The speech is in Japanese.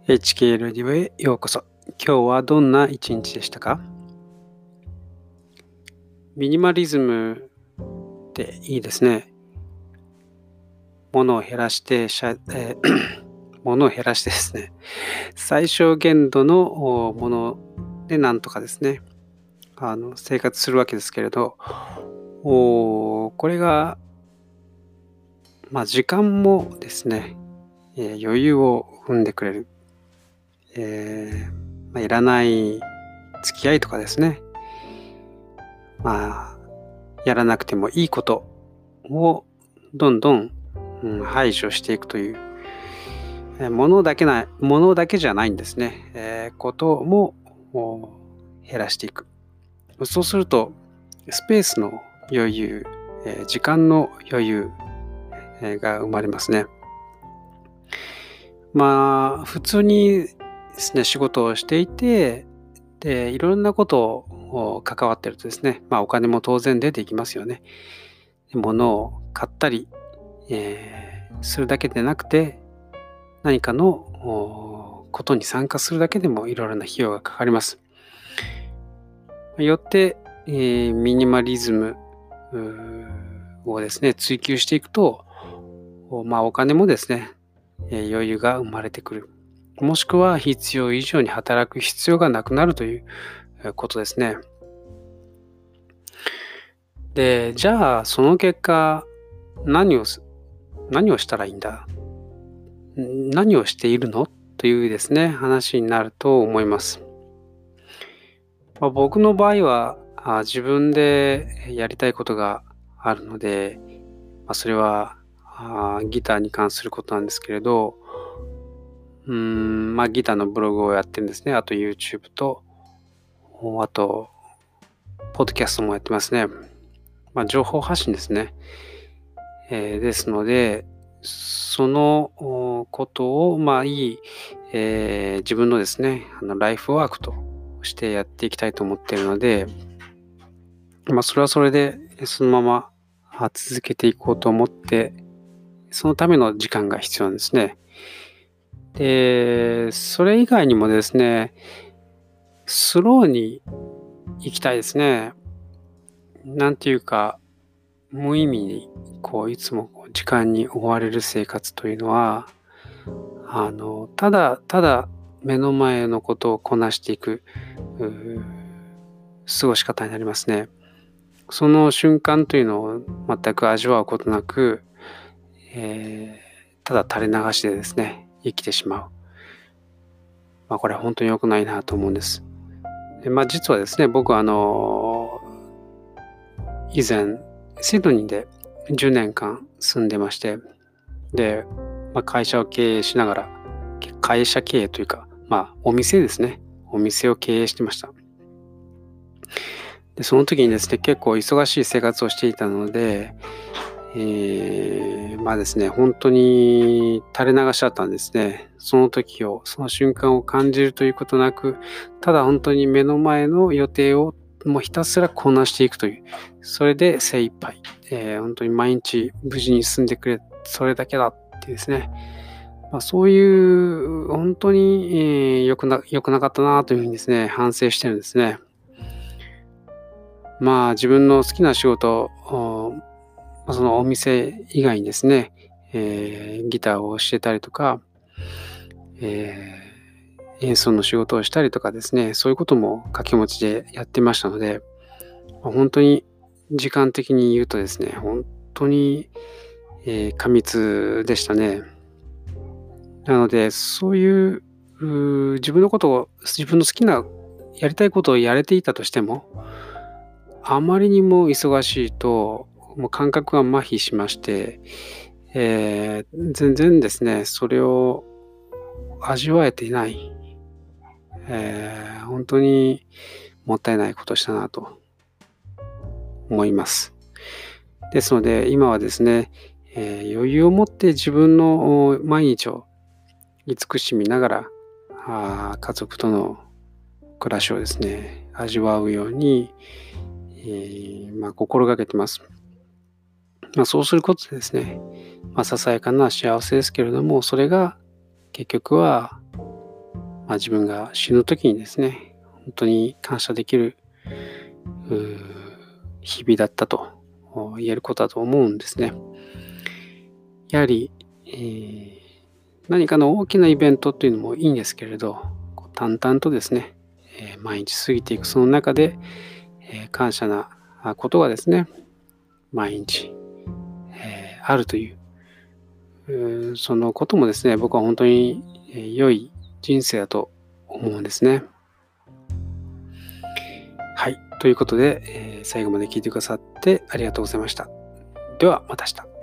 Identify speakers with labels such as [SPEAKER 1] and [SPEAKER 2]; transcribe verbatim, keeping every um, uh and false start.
[SPEAKER 1] エイチケー レディオへようこそ。今日はどんな一日でしたか？ミニマリズムっていいですね。物を減らしてしゃ、えー物を減らしてですね、最小限度のものでなんとかですね、あの生活するわけですけれど、おこれが、まあ、時間もですね、えー余裕を生んでくれる。えーまあ、いらない付き合いとかですね、まあやらなくてもいいことをどんどん、うん、排除していくという、えー、ものだけなものだけじゃないんですね、えー、ことも減らしていく。そうするとスペースの余裕、えー、時間の余裕、えー、が生まれますね。まあ普通にですね仕事をしていて、でいろんなことを関わってるとですね、まあお金も当然出ていきますよね。物を買ったり、えー、するだけでなくて、何かのことに参加するだけでもいろいろな費用がかかります。よって、えー、ミニマリズムをですね追求していくと、まあ、お金もですね、えー、余裕が生まれてくる。もしくは必要以上に働く必要がなくなるということですね。で、じゃあその結果何を何をしたらいいんだ、何をしているのというですね話になると思います。まあ、僕の場合はあ自分でやりたいことがあるので、まあ、それはあギターに関することなんですけれど、うーんまあギターのブログをやってるんですね。あと YouTube と、あとポッドキャストもやってますね。まあ、情報発信ですね。えー、ですのでそのことをまあいい、えー、自分のですねあのライフワークとしてやっていきたいと思っているので、まあそれはそれでそのまま続けていこうと思って、そのための時間が必要なんですね。でそれ以外にもですねスローに行きたいですね。なんていうか無意味にこういつも時間に追われる生活というのは、あのただただ目の前のことをこなしていく過ごし方になりますね。その瞬間というのを全く味わうことなく、えー、ただ垂れ流しでですね生きてしまう。まあこれは本当に良くないなと思うんです。でまあ実はですね僕はあの以前シドニーでじゅうねんかん住んでまして、で、まあ、会社を経営しながら、会社経営というか、まあ、お店ですね。お店を経営してました。で、その時にですね、結構忙しい生活をしていたので、えー、まあですね、本当に垂れ流しだったんですね。その時を、その瞬間を感じるということなく、ただ本当に目の前の予定をもうひたすらこなしていくという、それで精一杯、えー、本当に毎日無事に進んでくれ、それだけだってですね、まあ、そういう本当に、えー、良くな、良くなかったなというふうにですね、反省してるんですね。まあ自分の好きな仕事、そのお店以外にですね、えー、ギターをしてたりとか、えー、演奏の仕事をしたりとかですね、そういうことも掛け持ちでやってましたので、本当に時間的に言うとですね、本当に、えー、過密でしたね。なので、そういうう自分のことを、自分の好きなやりたいことをやれていたとしても、あまりにも忙しいと、もう感覚が麻痺しまして、えー、全然ですね、それを味わえていない、えー、本当にもったいないことをしたなと思います。ですので、今はですね、えー、余裕を持って自分の毎日を慈しみながら、あ家族との暮らしをですね、味わうように、えーまあ、心がけてます。まあ、そうすることでですね、まあ、ささやかな幸せですけれども、それが結局はまあ、自分が死ぬ時にですね、本当に感謝できるうー日々だったと言えることだと思うんですね。やはり、えー何かの大きなイベントっていうのもいいんですけれど、こう淡々とですね、えー毎日過ぎていくその中で、えー感謝なあことがですね、毎日、えーあるという、うーそのこともですね、僕は本当に、えー良い人生だと思うんですね。はい。ということで、えー最後まで聞いてくださってありがとうございました。ではまた明日。